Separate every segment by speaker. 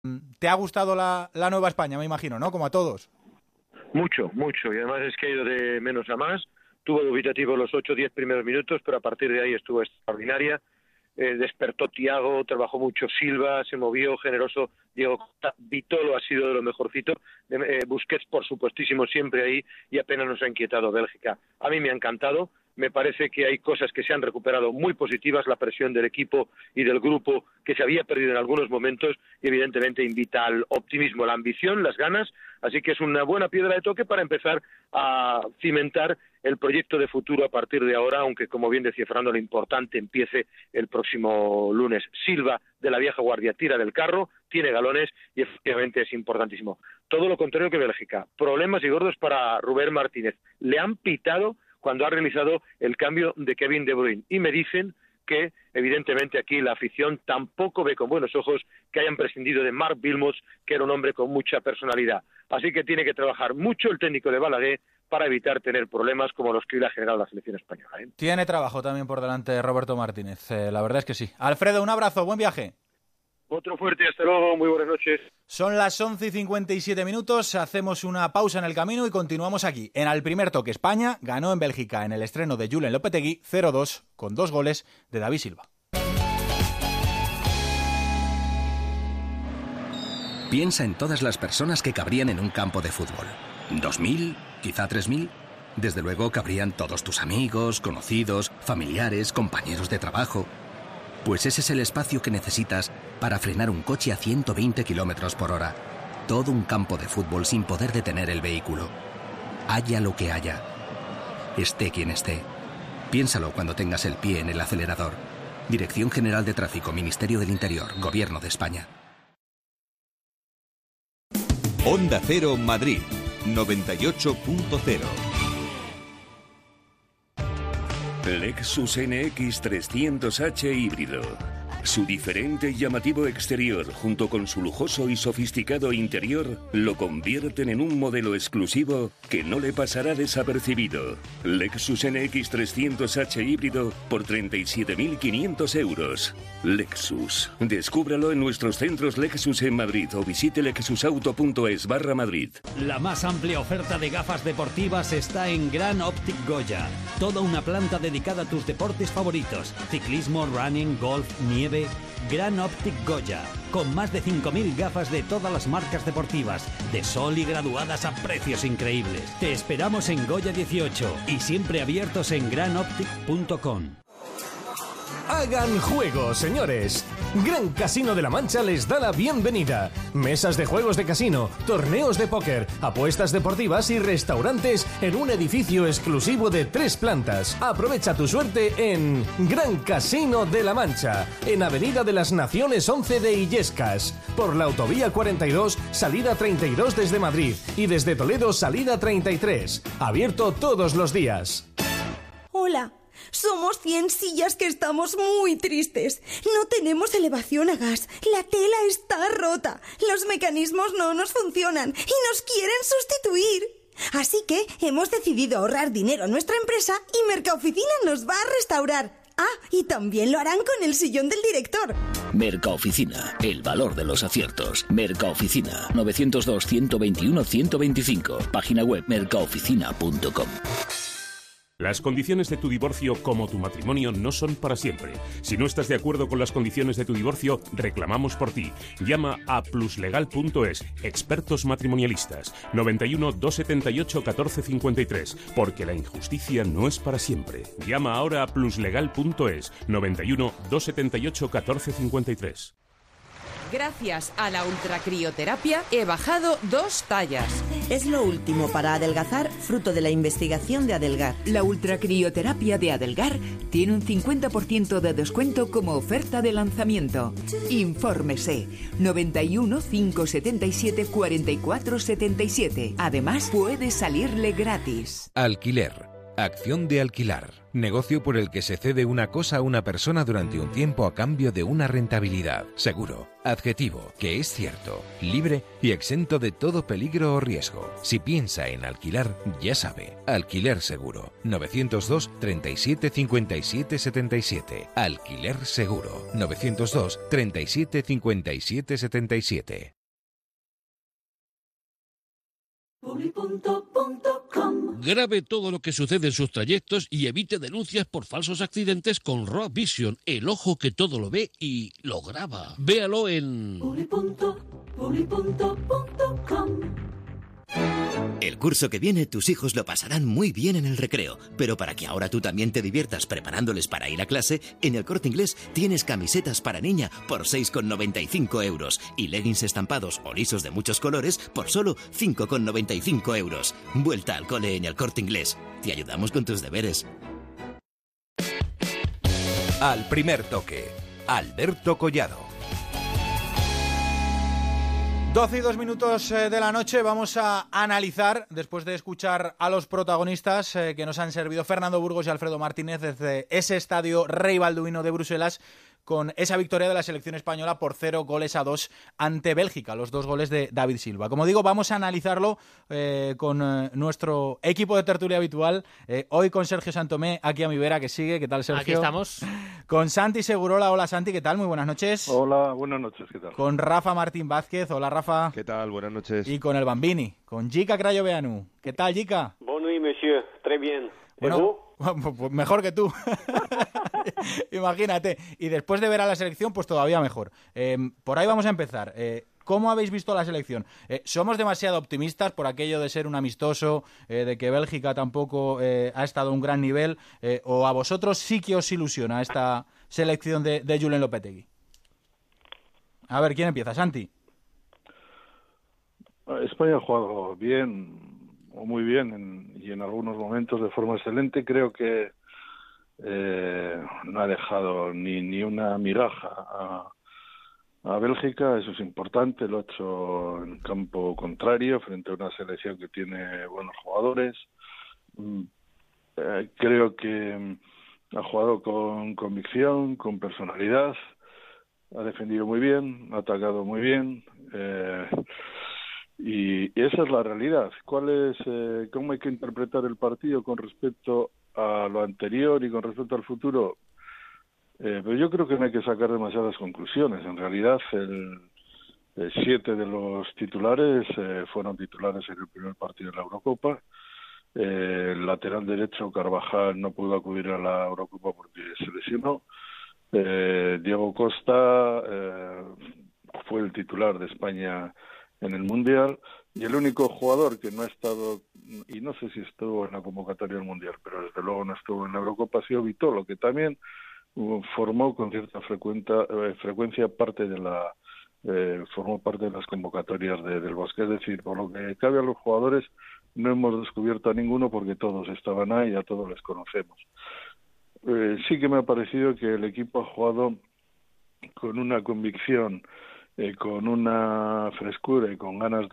Speaker 1: ¿Te ha gustado la Nueva España, me imagino, ¿no? Como a todos.
Speaker 2: Mucho, y además es que ha ido de menos a más. Tuvo dubitativo los 8 o 10 primeros minutos, pero a partir de ahí estuvo extraordinaria. Despertó Thiago, trabajó mucho Silva, se movió, generoso Diego Costa, Vitolo ha sido de lo mejorcito, Busquets por supuestísimo siempre ahí, y apenas nos ha inquietado Bélgica. A mí me ha encantado, me parece que hay cosas que se han recuperado muy positivas, la presión del equipo y del grupo que se había perdido en algunos momentos, y evidentemente invita al optimismo, la ambición, las ganas, así que es una buena piedra de toque para empezar a cimentar el proyecto de futuro a partir de ahora, aunque como bien decía Fernando, lo importante empiece el próximo lunes. Silva, de la vieja guardia, tira del carro, tiene galones y efectivamente es importantísimo. Todo lo contrario que Bélgica, problemas y gordos para Rubén Martínez. Le han pitado cuando ha realizado el cambio de Kevin De Bruyne y me dicen que evidentemente aquí la afición tampoco ve con buenos ojos que hayan prescindido de Marc Wilmots, que era un hombre con mucha personalidad. Así que tiene que trabajar mucho el técnico de Balaguer para evitar tener problemas como los que hoy le ha generado la selección española.
Speaker 1: Tiene trabajo también por delante Roberto Martínez, la verdad es que sí. Alfredo, un abrazo, buen viaje.
Speaker 2: Otro fuerte, hasta luego, muy buenas noches.
Speaker 1: Son las 11:57, hacemos una pausa en el camino y continuamos aquí. En el primer toque, España ganó en Bélgica en el estreno de Julen Lopetegui 0-2 con 2 goles de David Silva.
Speaker 3: Piensa en todas las personas que cabrían en un campo de fútbol. 2.000, quizá 3.000. Desde luego cabrían todos tus amigos, conocidos, familiares, compañeros de trabajo. Pues ese es el espacio que necesitas para frenar un coche a 120 km por hora. Todo un campo de fútbol sin poder detener el vehículo. Haya lo que haya. Esté quien esté. Piénsalo cuando tengas el pie en el acelerador. Dirección General de Tráfico, Ministerio del Interior, Gobierno de España.
Speaker 4: Onda Cero Madrid 98.0.
Speaker 5: Lexus NX 300H híbrido. Su diferente y llamativo exterior, junto con su lujoso y sofisticado interior, lo convierten en un modelo exclusivo que no le pasará desapercibido. Lexus NX 300H híbrido por 37.500 euros. Lexus. Descúbralo en nuestros centros Lexus en Madrid o visite lexusauto.es/Madrid.
Speaker 6: La más amplia oferta de gafas deportivas está en Gran Optic Goya. Toda una planta dedicada a tus deportes favoritos. Ciclismo, running, golf, nieve. Gran Optic Goya, con más de 5.000 gafas de todas las marcas deportivas, de sol y graduadas a precios increíbles. Te esperamos en Goya 18 y siempre abiertos en granoptic.com.
Speaker 7: Hagan juego, señores. Gran Casino de la Mancha les da la bienvenida. Mesas de juegos de casino, torneos de póker, apuestas deportivas y restaurantes en un edificio exclusivo de 3 plantas. Aprovecha tu suerte en Gran Casino de la Mancha, en Avenida de las Naciones 11 de Illescas, por la autovía 42, salida 32 desde Madrid y desde Toledo, salida 33. Abierto todos los días.
Speaker 8: Hola. Somos 100 sillas que estamos muy tristes. No tenemos elevación a gas. La tela está rota. Los mecanismos no nos funcionan y nos quieren sustituir. Así que hemos decidido ahorrar dinero a nuestra empresa y Mercaoficina nos va a restaurar. Ah, y también lo harán con el sillón del director.
Speaker 9: Mercaoficina, el valor de los aciertos. Mercaoficina, 902-121-125. Página web mercaoficina.com.
Speaker 10: Las condiciones de tu divorcio, como tu matrimonio, no son para siempre. Si no estás de acuerdo con las condiciones de tu divorcio, reclamamos por ti. Llama a pluslegal.es, expertos matrimonialistas, 91 278 1453, porque la injusticia no es para siempre. Llama ahora a pluslegal.es, 91 278 1453.
Speaker 11: Gracias a la ultracrioterapia he bajado 2 tallas.
Speaker 12: Es lo último para adelgazar, fruto de la investigación de Adelgar.
Speaker 13: La ultracrioterapia de Adelgar tiene un 50% de descuento como oferta de lanzamiento. Infórmese 91 577 44 77. Además, puede salirle gratis.
Speaker 4: Alquiler.
Speaker 14: Acción de alquilar. Negocio por el que se cede una cosa a una persona durante un tiempo a cambio de una rentabilidad. Seguro. Adjetivo, que es cierto, libre y exento de todo peligro o riesgo. Si piensa en alquilar, ya sabe. Alquiler Seguro. 902 37 57 77. Alquiler Seguro. 902 37 57 77.
Speaker 15: Grabe todo lo que sucede en sus trayectos y evite denuncias por falsos accidentes con Raw Vision, el ojo que todo lo ve y lo graba. Véalo en
Speaker 16: El curso que viene tus hijos lo pasarán muy bien en el recreo, pero para que ahora tú también te diviertas preparándoles para ir a clase, en El Corte Inglés tienes camisetas para niña por 6,95 € y leggings estampados o lisos de muchos colores por solo 5,95 €. Vuelta al cole en El Corte Inglés. Te ayudamos con tus deberes.
Speaker 4: Al primer toque, Alberto Collado.
Speaker 1: 12 y 2 minutos de la noche, vamos a analizar, después de escuchar a los protagonistas que nos han servido Fernando Burgos y Alfredo Martínez desde ese estadio Rey Balduino de Bruselas, con esa victoria de la selección española por 0-2 ante Bélgica, los 2 goles de David Silva. Como digo, vamos a analizarlo con nuestro equipo de tertulia habitual, hoy con Sergio Santomé, aquí a mi vera, que sigue. ¿Qué tal, Sergio?
Speaker 17: Aquí estamos.
Speaker 1: Con Santi Segurola. Hola, Santi, ¿qué tal? Muy buenas noches.
Speaker 18: Hola, buenas noches, ¿qué tal?
Speaker 1: Con Rafa Martín Vázquez. Hola, Rafa.
Speaker 19: ¿Qué tal? Buenas noches.
Speaker 1: Y con el Bambini, con Jica Crayoveanu. ¿Qué tal, Jica?
Speaker 20: Bonne nuit, monsieur. Très bien.
Speaker 1: Bueno, pues mejor que tú. Imagínate. Y después de ver a la selección, pues todavía mejor. Por ahí vamos a empezar. ¿Cómo habéis visto la selección? ¿Somos demasiado optimistas por aquello de ser un amistoso, de que Bélgica tampoco ha estado a un gran nivel? ¿O a vosotros sí que os ilusiona esta selección de Julen Lopetegui? A ver, ¿quién empieza? Santi.
Speaker 18: España ha jugado bien, o muy bien, y en algunos momentos de forma excelente. Creo que no ha dejado ni una migaja a Bélgica. Eso es importante. Lo ha hecho en campo contrario, frente a una selección que tiene buenos jugadores. Creo que ha jugado con convicción, con personalidad, ha defendido muy bien, ha atacado muy bien, y esa es la realidad. ¿Cómo hay que interpretar el partido con respecto a lo anterior y con respecto al futuro? Pero yo creo que no hay que sacar demasiadas conclusiones. En realidad, 7 de los titulares fueron titulares en el primer partido de la Eurocopa. El lateral derecho, Carvajal, no pudo acudir a la Eurocopa porque se lesionó. Diego Costa fue el titular de España en el Mundial, y el único jugador que no ha estado, y no sé si estuvo en la convocatoria del Mundial, pero desde luego no estuvo en la Eurocopa, ha sido Vitolo, que también formó con cierta frecuencia parte de formó parte de las convocatorias del Bosque. Es decir, por lo que cabe a los jugadores, no hemos descubierto a ninguno porque todos estaban ahí y a todos les conocemos. Sí que me ha parecido que el equipo ha jugado con una convicción, con una frescura y con ganas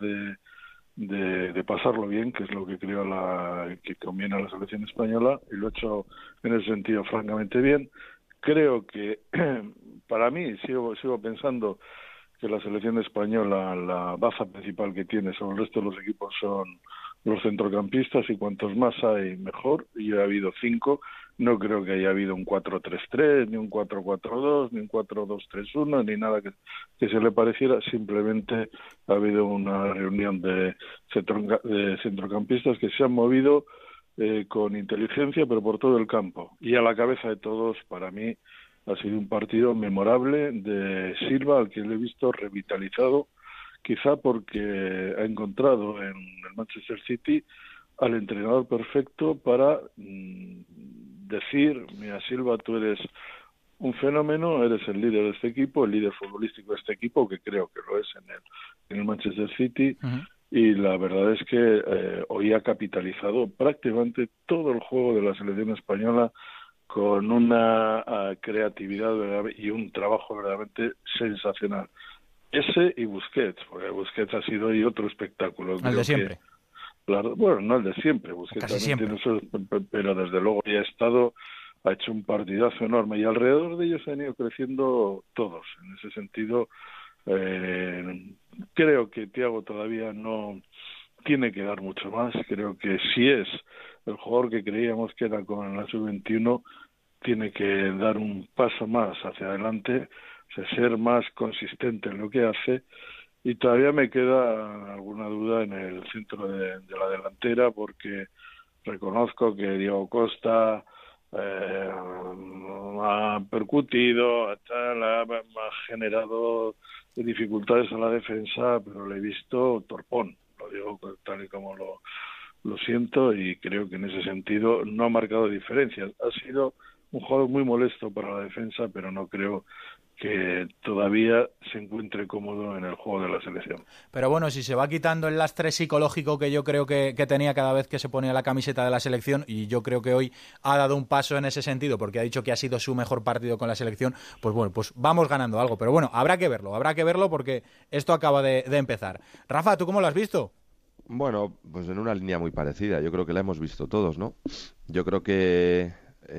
Speaker 18: de pasarlo bien, que es lo que creo que conviene a la selección española, y lo ha hecho en ese sentido francamente bien. Creo que, para mí, sigo pensando que la selección española, la baza principal que tiene sobre el resto de los equipos son los centrocampistas, y cuantos más hay, mejor. Y ha habido 5, no creo que haya habido un 4-3-3, ni un 4-4-2, ni un 4-2-3-1, ni nada que se le pareciera. Simplemente ha habido una reunión de centrocampistas que se han movido con inteligencia, pero por todo el campo. Y a la cabeza de todos, para mí, ha sido un partido memorable de Silva, al que le he visto revitalizado, quizá porque ha encontrado en el Manchester City al entrenador perfecto para decir: mira, Silva, tú eres un fenómeno, eres el líder de este equipo, el líder futbolístico de este equipo, que creo que lo es en el Manchester City. Uh-huh. Y la verdad es que hoy ha capitalizado prácticamente todo el juego de la selección española con una creatividad y un trabajo verdaderamente sensacional. Ese y Busquets, porque Busquets ha sido hoy otro espectáculo.
Speaker 1: El de siempre.
Speaker 18: Bueno, no el de siempre, Busquets
Speaker 1: Casi siempre.
Speaker 18: Pero desde luego ya ha hecho un partidazo enorme y alrededor de ellos han ido creciendo todos. En ese sentido, creo que Thiago todavía no tiene que dar mucho más. Creo que si es el jugador que creíamos que era con la sub-21, tiene que dar un paso más hacia adelante, o sea, ser más consistente en lo que hace. Y todavía me queda alguna duda en el centro de la delantera, porque reconozco que Diego Costa ha percutido, ha generado dificultades a la defensa, pero le he visto torpón, lo digo tal y como lo siento, y creo que en ese sentido no ha marcado diferencias. Ha sido un jugador muy molesto para la defensa, pero no creo que todavía se encuentre cómodo en el juego de la selección.
Speaker 1: Pero bueno, si se va quitando el lastre psicológico que yo creo que tenía cada vez que se ponía la camiseta de la selección, y yo creo que hoy ha dado un paso en ese sentido, porque ha dicho que ha sido su mejor partido con la selección, pues bueno, pues vamos ganando algo. Pero bueno, habrá que verlo porque esto acaba de empezar. Rafa, ¿tú cómo lo has visto?
Speaker 17: Bueno, pues en una línea muy parecida. Yo creo que la hemos visto todos, ¿no? Yo creo que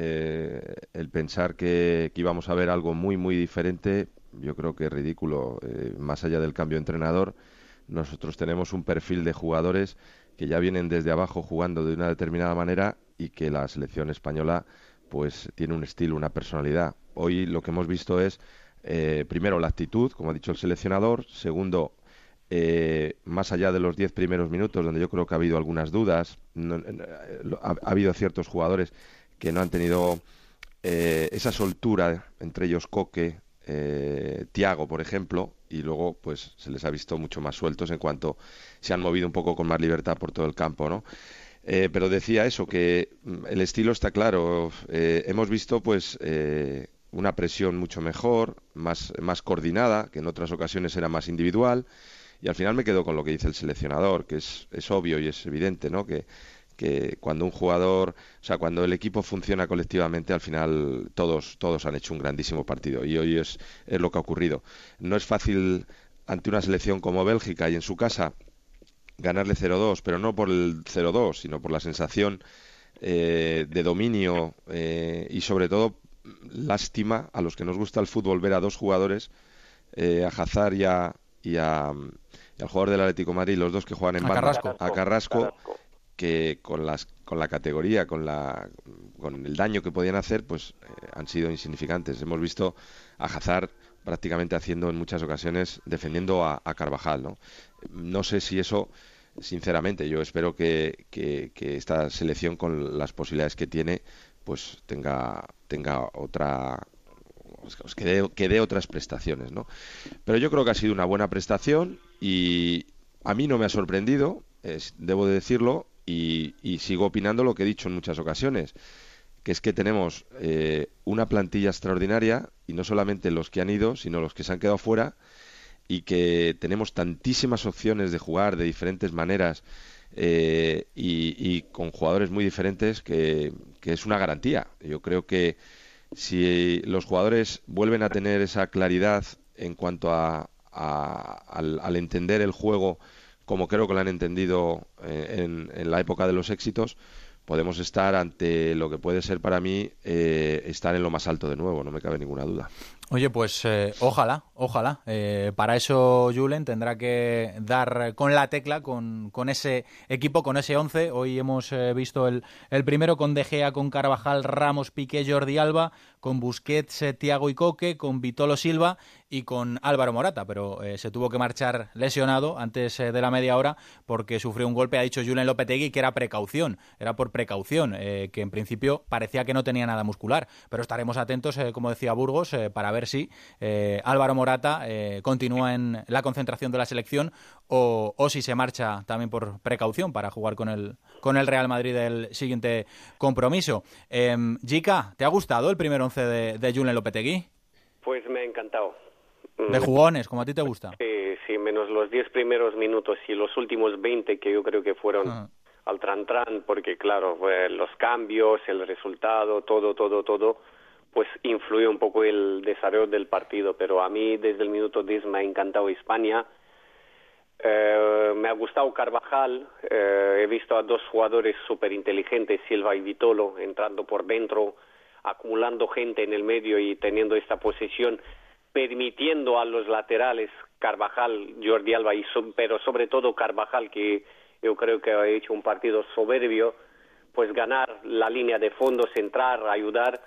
Speaker 17: el pensar que íbamos a ver algo muy, muy diferente, yo creo que es ridículo. Más allá del cambio de entrenador, nosotros tenemos un perfil de jugadores que ya vienen desde abajo jugando de una determinada manera y que la selección española pues tiene un estilo, una personalidad. Hoy lo que hemos visto es, primero, la actitud, como ha dicho el seleccionador. Segundo, más allá de los 10 primeros minutos, donde yo creo que ha habido algunas dudas, ha habido ciertos jugadores que no han tenido esa soltura, entre ellos Coque, Thiago, por ejemplo, y luego pues se les ha visto mucho más sueltos en cuanto se han movido un poco con más libertad por todo el campo, ¿no? Pero decía eso, que el estilo está claro. Hemos visto pues una presión mucho mejor, más coordinada, que en otras ocasiones era más individual, y al final me quedo con lo que dice el seleccionador, que es obvio y es evidente, ¿no? Que cuando un jugador, o sea, cuando el equipo funciona colectivamente, al final todos han hecho un grandísimo partido, y hoy es lo que ha ocurrido. No es fácil ante una selección como Bélgica y en su casa ganarle 0-2, pero no por el 0-2, sino por la sensación de dominio y sobre todo lástima a los que nos gusta el fútbol ver a dos jugadores, a Hazard y al jugador del Atlético de Madrid, los dos que juegan en banda, a Carrasco, que con la categoría, con el daño que podían hacer, pues han sido insignificantes. Hemos visto a Hazard prácticamente haciendo en muchas ocasiones, defendiendo a Carvajal, ¿no? No sé si eso, sinceramente, yo espero que esta selección, con las posibilidades que tiene, pues tenga otra, que dé otras prestaciones, ¿no? Pero yo creo que ha sido una buena prestación y a mí no me ha sorprendido, debo de decirlo, y sigo opinando lo que he dicho en muchas ocasiones, que es que tenemos una plantilla extraordinaria, y no solamente los que han ido, sino los que se han quedado fuera, y que tenemos tantísimas opciones de jugar de diferentes maneras y con jugadores muy diferentes, que es una garantía. Yo creo que si los jugadores vuelven a tener esa claridad en cuanto al entender el juego, como creo que lo han entendido en la época de los éxitos, podemos estar ante lo que puede ser para mí estar en lo más alto de nuevo, no me cabe ninguna duda.
Speaker 1: Oye, pues ojalá. Para eso Julen tendrá que dar con la tecla, con ese equipo, con ese 11. Hoy hemos visto el primero con De Gea, con Carvajal, Ramos, Piqué, Jordi Alba, con Busquets, Thiago y Coque, con Vitolo Silva y con Álvaro Morata, pero se tuvo que marchar lesionado antes de la media hora porque sufrió un golpe. Ha dicho Julen Lopetegui que era por precaución, que en principio parecía que no tenía nada muscular, pero estaremos atentos, como decía Burgos, para ver si Álvaro Morata continúa en la concentración de la selección o si se marcha también por precaución para jugar con el Real Madrid el siguiente compromiso. Jica, ¿te ha gustado el primer 11 de Julen Lopetegui?
Speaker 20: Pues me ha encantado.
Speaker 1: De jugones, como a ti te gusta.
Speaker 20: Sí, menos los 10 primeros minutos y los últimos 20 que yo creo que fueron al tran-tran, porque claro, los cambios, el resultado, todo, pues influye un poco el desarrollo del partido, pero a mí desde el minuto 10 me ha encantado España. Me ha gustado Carvajal, he visto a dos jugadores súper inteligentes, Silva y Vitolo, entrando por dentro, acumulando gente en el medio y teniendo esta posesión, permitiendo a los laterales, Carvajal, Jordi Alba, pero sobre todo Carvajal, que yo creo que ha hecho un partido soberbio, pues ganar la línea de fondo, centrar, ayudar.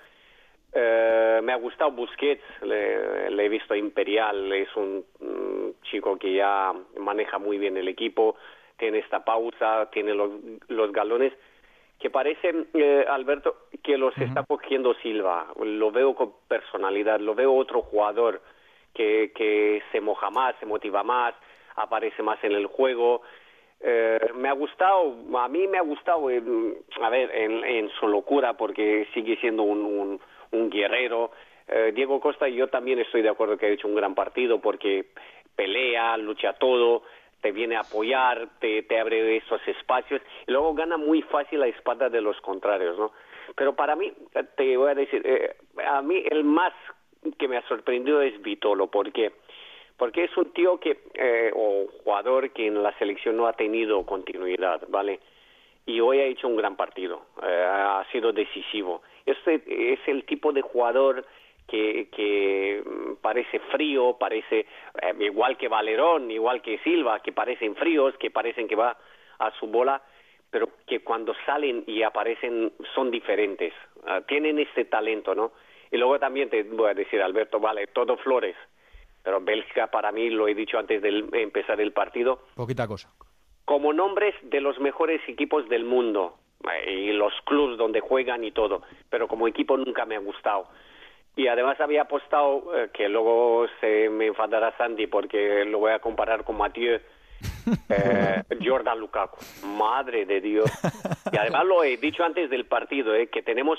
Speaker 20: Me ha gustado Busquets, le he visto imperial, es un chico que ya maneja muy bien el equipo, tiene esta pausa, tiene los galones, que parece, Alberto, que los está cogiendo Silva. Lo veo con personalidad, lo veo otro jugador que se moja más, se motiva más, aparece más en el juego. Me ha gustado, a mí me ha gustado, a ver, en su locura, porque sigue siendo un guerrero. Diego Costa, yo también estoy de acuerdo que ha hecho un gran partido, porque pelea, lucha todo, te viene a apoyar, te abre esos espacios, y luego gana muy fácil a espaldas de los contrarios, ¿no? Pero para mí, te voy a decir, a mí el más que me ha sorprendido es Vitolo. ¿Por qué? Porque es un tío o jugador que en la selección no ha tenido continuidad, ¿vale? Y hoy ha hecho un gran partido, ha sido decisivo. Este es el tipo de jugador que parece frío, parece igual que Valerón, igual que Silva, que parecen fríos, que parecen que va a su bola, pero que cuando salen y aparecen son diferentes, tienen este talento, ¿no? Y luego también te voy a decir, Alberto, vale, todo flores, pero Bélgica para mí, lo he dicho antes de empezar el partido,
Speaker 1: poquita cosa.
Speaker 20: Como nombres de los mejores equipos del mundo, y los clubs donde juegan y todo, pero como equipo nunca me ha gustado. Y además había apostado, que luego se me enfadará Santi porque lo voy a comparar con Mathieu, Jordan Lukaku, madre de Dios. Y además lo he dicho antes del partido, que tenemos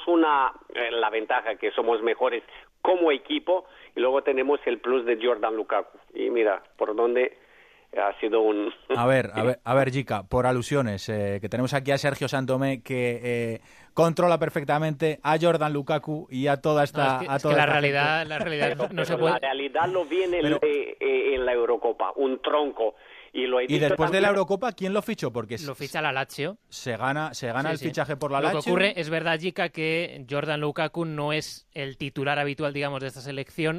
Speaker 20: la ventaja que somos mejores como equipo, y luego tenemos el plus de Jordan Lukaku. Y mira, por dónde ha sido un...
Speaker 1: A ver, Jica, por alusiones, que tenemos aquí a Sergio Santomé, que controla perfectamente a Jordan Lukaku y a toda esta...
Speaker 19: la realidad no se puede...
Speaker 20: La realidad lo viene en la Eurocopa, un tronco. Y
Speaker 1: después de la Eurocopa, ¿quién lo fichó? Porque
Speaker 19: lo ficha la Lazio.
Speaker 1: Se gana el fichaje por la Lazio.
Speaker 19: Lo que ocurre, es verdad, Jica, que Jordan Lukaku no es el titular habitual, digamos, de esta selección,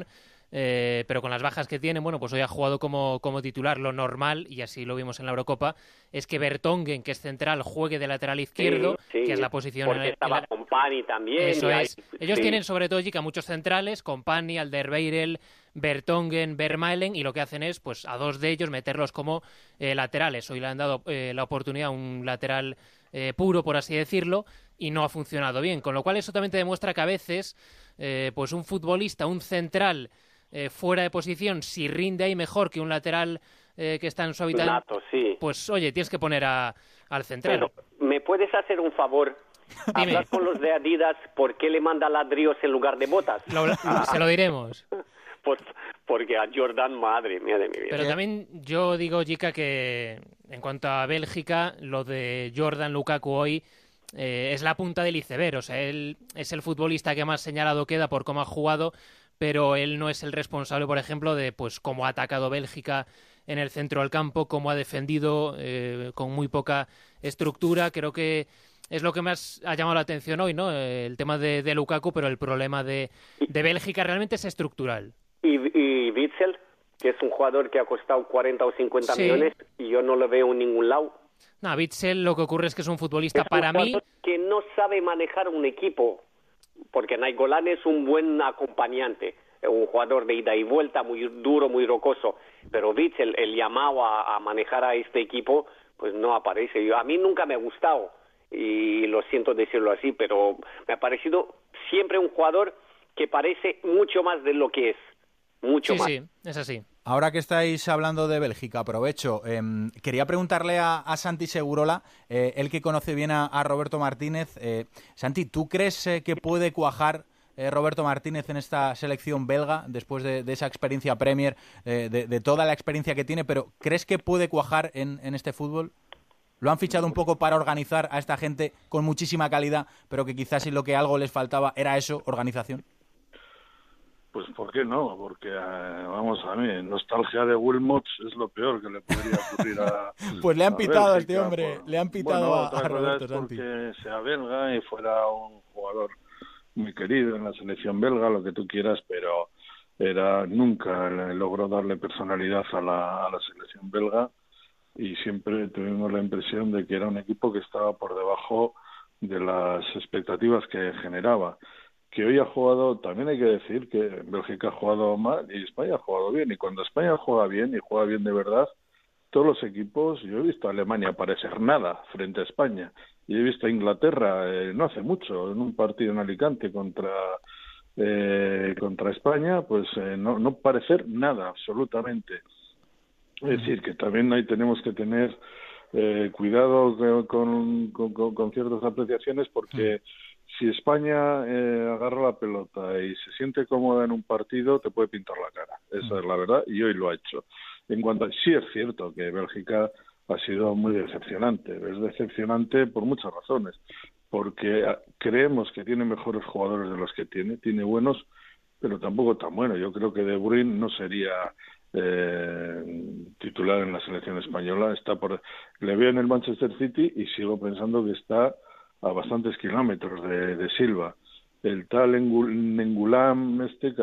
Speaker 19: pero con las bajas que tiene, bueno, pues hoy ha jugado como titular. Lo normal, y así lo vimos en la Eurocopa, es que Vertonghen, que es central, juegue de lateral izquierdo, que es la posición...
Speaker 20: Porque estaba Kompany también.
Speaker 19: Eso es. Ellos tienen, sobre todo, Jica, muchos centrales, Kompany, Alderweireld, Vertonghen, Vermaelen, y lo que hacen es, pues, a dos de ellos meterlos como laterales. Hoy le han dado la oportunidad a un lateral puro, por así decirlo, y no ha funcionado bien. Con lo cual eso también te demuestra que a veces, pues un futbolista, un central fuera de posición, si rinde ahí mejor que un lateral que está en su hábitat, pues oye, tienes que poner al central.
Speaker 20: Pero, ¿me puedes hacer un favor? Hablar con los de Adidas, ¿por qué le manda ladrillos en lugar de botas?
Speaker 19: Se lo diremos.
Speaker 20: Pues porque a Jordan, madre mía de mi vida.
Speaker 19: Pero también yo digo, Jica, que en cuanto a Bélgica, lo de Jordan Lukaku hoy es la punta del iceberg. O sea, él es el futbolista que más señalado queda por cómo ha jugado, pero él no es el responsable, por ejemplo, de pues cómo ha atacado Bélgica en el centro del campo, cómo ha defendido con muy poca estructura. Creo que es lo que más ha llamado la atención hoy, ¿no? El tema de Lukaku, pero el problema de Bélgica realmente es estructural.
Speaker 20: Y Witsel, que es un jugador que ha costado 40 o 50 millones, y yo no lo veo en ningún lado.
Speaker 19: No, Witsel lo que ocurre es que es un futbolista
Speaker 20: que no sabe manejar un equipo, porque Nainggolan es un buen acompañante, un jugador de ida y vuelta, muy duro, muy rocoso, pero Witsel, el llamado a manejar a este equipo, pues no aparece. A mí nunca me ha gustado, y lo siento decirlo así, pero me ha parecido siempre un jugador que parece mucho más de lo que es. Mucho más.
Speaker 19: Sí, es así.
Speaker 1: Ahora que estáis hablando de Bélgica, aprovecho. Quería preguntarle a Santi Segurola, él que conoce bien a Roberto Martínez. Santi, ¿tú crees que puede cuajar Roberto Martínez en esta selección belga después de esa experiencia Premier, de toda la experiencia que tiene? Pero ¿crees que puede cuajar en este fútbol? Lo han fichado un poco para organizar a esta gente con muchísima calidad, pero que quizás si lo que algo les faltaba era eso, organización.
Speaker 18: pues ¿por qué no? Porque, vamos a mí, nostalgia de Wilmots es lo peor que le podría ocurrir a
Speaker 1: Pues le han pitado a este
Speaker 18: Bélgica,
Speaker 1: hombre, le han pitado a Roberto Santi.
Speaker 18: Porque sea belga y fuera un jugador muy querido en la selección belga, lo que tú quieras, pero nunca logró darle personalidad a la selección belga, y siempre tuvimos la impresión de que era un equipo que estaba por debajo de las expectativas que generaba. Que hoy ha jugado, también hay que decir que Bélgica ha jugado mal y España ha jugado bien, y cuando España juega bien y juega bien de verdad, todos los equipos, yo he visto a Alemania parecer nada frente a España, y he visto a Inglaterra no hace mucho, en un partido en Alicante contra España, pues no parecer nada, absolutamente. Es decir, que también ahí tenemos que tener cuidado con ciertas apreciaciones, porque si España agarra la pelota y se siente cómoda en un partido, te puede pintar la cara. Esa es la verdad, y hoy lo ha hecho. En cuanto a, sí es cierto que Bélgica ha sido muy decepcionante. Es decepcionante por muchas razones. Porque creemos que tiene mejores jugadores de los que tiene buenos, pero tampoco tan buenos. Yo creo que De Bruyne no sería titular en la selección española. Le veo en el Manchester City y sigo pensando que está a bastantes kilómetros de Silva. El tal Nengulam,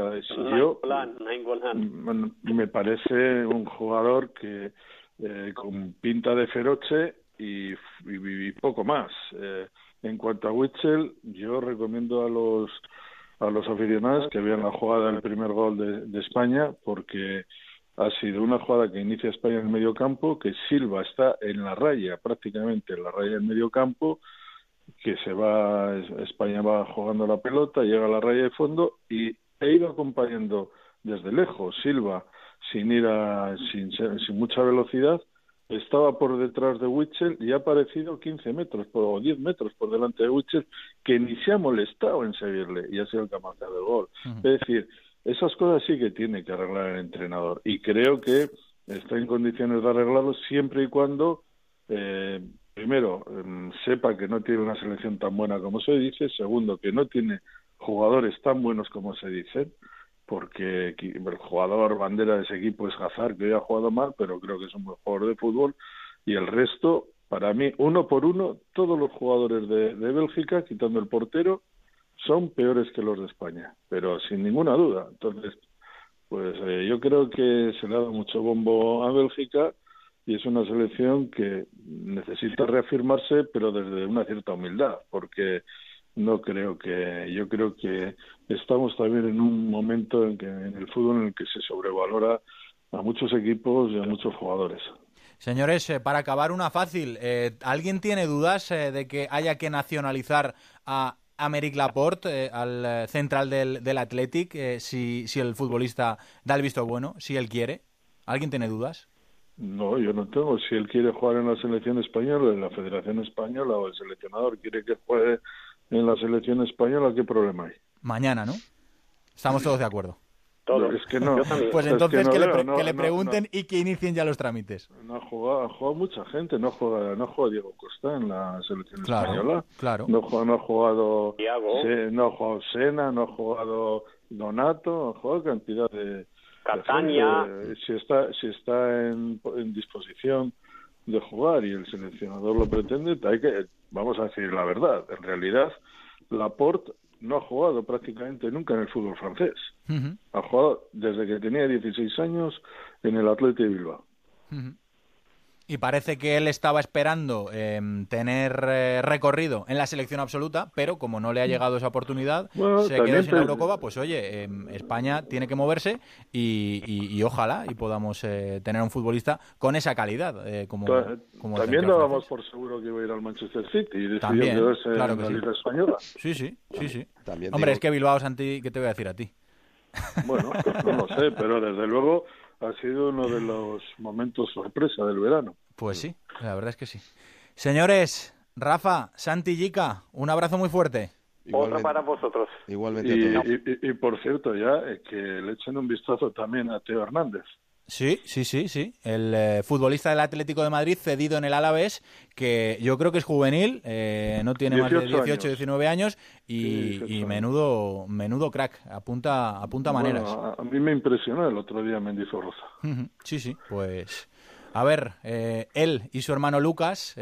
Speaker 18: me parece un jugador que con pinta de feroche y poco más. En cuanto a Witsel, yo recomiendo a los aficionados que vean la jugada del primer gol de España, porque ha sido una jugada que inicia España en el medio campo, que Silva está en la raya, prácticamente en la raya del medio campo, que España va jugando la pelota, llega a la raya de fondo y ha ido acompañando desde lejos. Silva, sin mucha velocidad, estaba por detrás de Witsel y ha aparecido 15 metros o 10 metros por delante de Witsel, que ni se ha molestado en seguirle, y ha sido el que ha marcado el gol. Es decir, esas cosas sí que tiene que arreglar el entrenador, y creo que está en condiciones de arreglarlo siempre y cuando primero sepa que no tiene una selección tan buena como se dice, segundo, que no tiene jugadores tan buenos como se dicen, porque el jugador bandera de ese equipo es Hazard, que hoy ha jugado mal, pero creo que es un buen jugador de fútbol, y el resto, para mí, uno por uno, todos los jugadores de Bélgica, quitando el portero, son peores que los de España, pero sin ninguna duda. Entonces, pues yo creo que se le ha dado mucho bombo a Bélgica, y es una selección que necesita reafirmarse, pero desde una cierta humildad, porque yo creo que estamos también en un momento en el fútbol en el que se sobrevalora a muchos equipos y a muchos jugadores.
Speaker 1: Señores, para acabar una fácil, ¿alguien tiene dudas de que haya que nacionalizar a Aymeric Laporte, al central del Athletic, si el futbolista da el visto bueno, si él quiere? ¿Alguien tiene dudas?
Speaker 18: No, yo no tengo. Si él quiere jugar en la selección española, en la Federación Española, o el seleccionador quiere que juegue en la selección española, ¿qué problema hay?
Speaker 1: Mañana, ¿no? Estamos todos de acuerdo.
Speaker 18: Todos. Es que no.
Speaker 1: Pues entonces que le pregunten y que inicien ya los trámites.
Speaker 18: No ha jugado mucha gente. No juega Diego Costa en la selección española.
Speaker 1: Claro.
Speaker 18: No ha jugado
Speaker 20: Thiago.
Speaker 18: No ha jugado Sena, no ha jugado Donato, ha jugado cantidad de
Speaker 20: Catania.
Speaker 18: Si está en disposición de jugar y el seleccionador lo pretende, vamos a decir la verdad. En realidad, Laporte no ha jugado prácticamente nunca en el fútbol francés. Ha jugado desde que tenía 16 años en el Athletic de Bilbao.
Speaker 1: Y parece que él estaba esperando tener recorrido en la selección absoluta, pero como no le ha llegado esa oportunidad, se quedó sin la Eurocopa. Pues oye, España tiene que moverse y ojalá y podamos tener un futbolista con esa calidad. Como
Speaker 18: también dábamos por seguro que iba a ir al Manchester City y decidió quedarse en la Liga Española.
Speaker 1: Sí. Hombre, es que Bilbao, Santi, ¿qué te voy a decir a ti?
Speaker 18: Bueno, no lo sé, pero desde luego ha sido uno de los momentos sorpresa del verano.
Speaker 1: Pues sí, la verdad es que sí. Señores, Rafa, Santi y Jica, un abrazo muy fuerte.
Speaker 20: Otra para vosotros.
Speaker 17: Igualmente a todos.
Speaker 18: Y por cierto, ya que le echen un vistazo también a Teo Hernández.
Speaker 1: Sí. El futbolista del Atlético de Madrid cedido en el Alavés, que yo creo que es juvenil, no tiene más de 18, 19 años y menudo crack, apunta maneras.
Speaker 18: Bueno, a mí me impresionó el otro día Mendizorroza.
Speaker 1: Sí, pues a ver, él y su hermano Lucas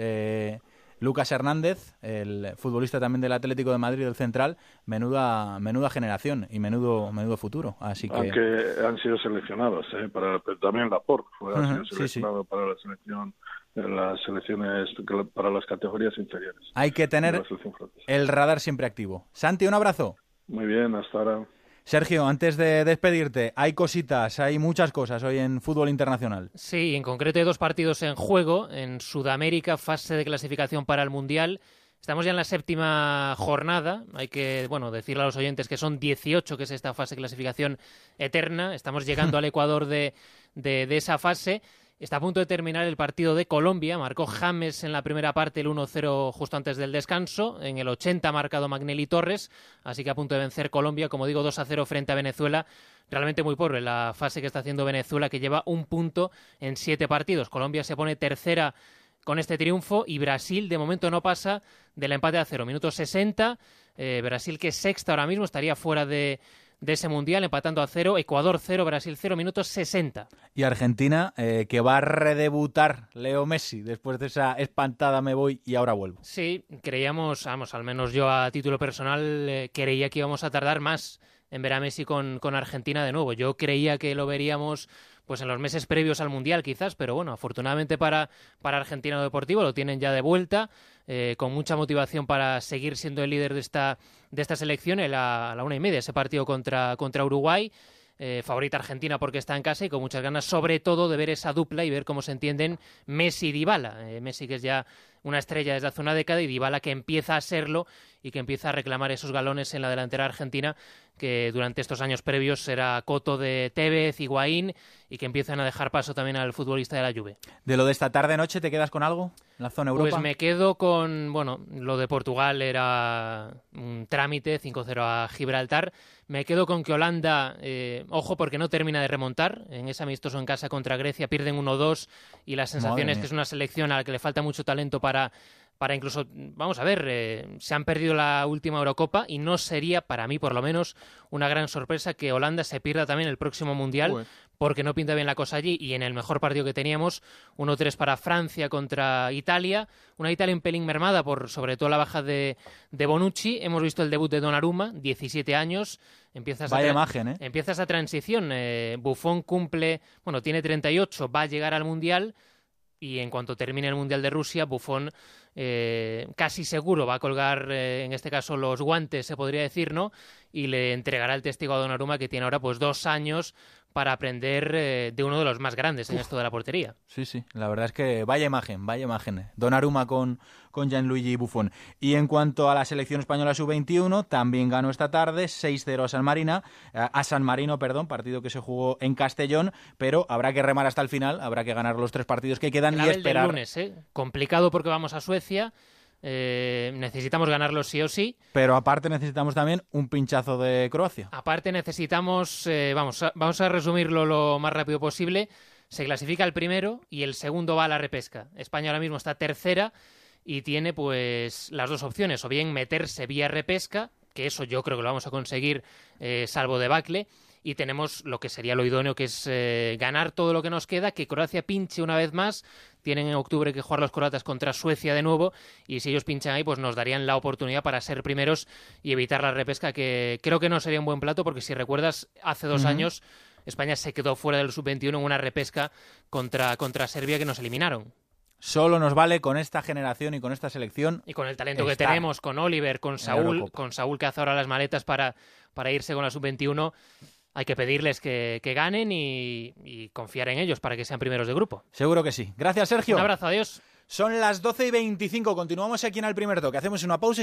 Speaker 1: Hernández, el futbolista también del Atlético de Madrid, del central, menuda generación y menudo futuro. Así que...
Speaker 18: Aunque han sido seleccionados, pero también Laporte ha sido seleccionado para la selección, las selecciones para las categorías inferiores.
Speaker 1: Hay que tener el radar siempre activo. Santi, un abrazo.
Speaker 18: Muy bien, hasta ahora.
Speaker 1: Sergio, antes de despedirte, hay cositas, hay muchas cosas hoy en fútbol internacional.
Speaker 19: Sí, en concreto hay 2 partidos en juego. En Sudamérica, fase de clasificación para el Mundial. Estamos ya en la 7ª jornada. Hay que decirle a los oyentes que son 18, que es esta fase de clasificación eterna. Estamos llegando al Ecuador de esa fase. Está a punto de terminar el partido de Colombia. Marcó James en la primera parte, el 1-0 justo antes del descanso. En el 80 ha marcado Magnelli Torres. Así que a punto de vencer Colombia, como digo, 2-0 frente a Venezuela. Realmente muy pobre la fase que está haciendo Venezuela, que lleva 1 punto en 7 partidos. Colombia se pone tercera con este triunfo y Brasil de momento no pasa del empate a 0. Minuto 60. Brasil, que es sexta ahora mismo, estaría fuera de ese Mundial, empatando a 0, Ecuador 0, Brasil 0, minutos 60.
Speaker 1: Y Argentina, que va a redebutar Leo Messi después de esa espantada me voy y ahora vuelvo.
Speaker 19: Sí, creíamos, al menos yo a título personal, creía que íbamos a tardar más en ver a Messi con Argentina de nuevo. Yo creía que lo veríamos pues en los meses previos al Mundial quizás, pero bueno, afortunadamente para Argentina Deportivo lo tienen ya de vuelta, con mucha motivación para seguir siendo el líder de esta selección a la 1:30, ese partido contra Uruguay. Favorita Argentina porque está en casa y con muchas ganas sobre todo de ver esa dupla y ver cómo se entienden Messi y Dybala. Messi, que es ya una estrella desde hace una década, y Dybala, que empieza a serlo y que empieza a reclamar esos galones en la delantera argentina, que durante estos años previos era coto de Tevez, Higuaín, y que empiezan a dejar paso también al futbolista de la Juve.
Speaker 1: ¿De lo de esta tarde-noche te quedas con algo en la zona Europa?
Speaker 19: Pues me quedo con, lo de Portugal era un trámite, 5-0 a Gibraltar. Me quedo con que Holanda, ojo, porque no termina de remontar. En ese amistoso en casa contra Grecia pierden 1-2 y la sensación es que es una selección a la que le falta mucho talento para incluso, vamos a ver, se han perdido la última Eurocopa y no sería, para mí por lo menos, una gran sorpresa que Holanda se pierda también el próximo Mundial, porque no pinta bien la cosa allí. Y en el mejor partido que teníamos, 1-3 para Francia contra Italia, una Italia un pelín mermada por sobre todo la baja de Bonucci. Hemos visto el debut de Donnarumma, 17 años.
Speaker 1: Vaya imagen, ¿eh?
Speaker 19: Empieza esa transición. Buffon cumple, tiene 38, va a llegar al Mundial. Y en cuanto termine el Mundial de Rusia, Buffon casi seguro va a colgar, en este caso, los guantes, se podría decir, ¿no? Y le entregará el testigo a Donnarumma, que tiene ahora pues 2 años para aprender de uno de los más grandes en esto de la portería.
Speaker 1: Sí, la verdad es que vaya imagen. Donnarumma con Gianluigi Buffon. Y en cuanto a la selección española sub-21, también ganó esta tarde 6-0 a San Marino, partido que se jugó en Castellón, pero habrá que remar hasta el final, habrá que ganar los 3 partidos que quedan y esperar.
Speaker 19: El lunes, complicado porque vamos a Suecia. Necesitamos ganarlo sí o sí.
Speaker 1: Pero aparte necesitamos también un pinchazo de Croacia.
Speaker 19: Aparte necesitamos, vamos a resumirlo lo más rápido posible. Se clasifica el primero y el segundo va a la repesca. España ahora mismo está tercera y tiene pues las 2 opciones, o bien meterse vía repesca, que eso yo creo que lo vamos a conseguir salvo debacle, y tenemos lo que sería lo idóneo, que es ganar todo lo que nos queda, que Croacia pinche una vez más. Tienen en octubre que jugar los croatas contra Suecia de nuevo, y si ellos pinchan ahí, pues nos darían la oportunidad para ser primeros y evitar la repesca, que creo que no sería un buen plato, porque si recuerdas, hace 2 años España se quedó fuera del sub-21 en una repesca contra Serbia, que nos eliminaron.
Speaker 1: Solo nos vale con esta generación y con esta selección.
Speaker 19: Y con el talento que tenemos, con Oliver, con Saúl que hace ahora las maletas para irse con la sub-21. Hay que pedirles que ganen y confiar en ellos para que sean primeros de grupo.
Speaker 1: Seguro que sí. Gracias, Sergio.
Speaker 19: Un abrazo, adiós.
Speaker 1: Son las 12:25. Continuamos aquí en El Primer Toque. Hacemos una pausa.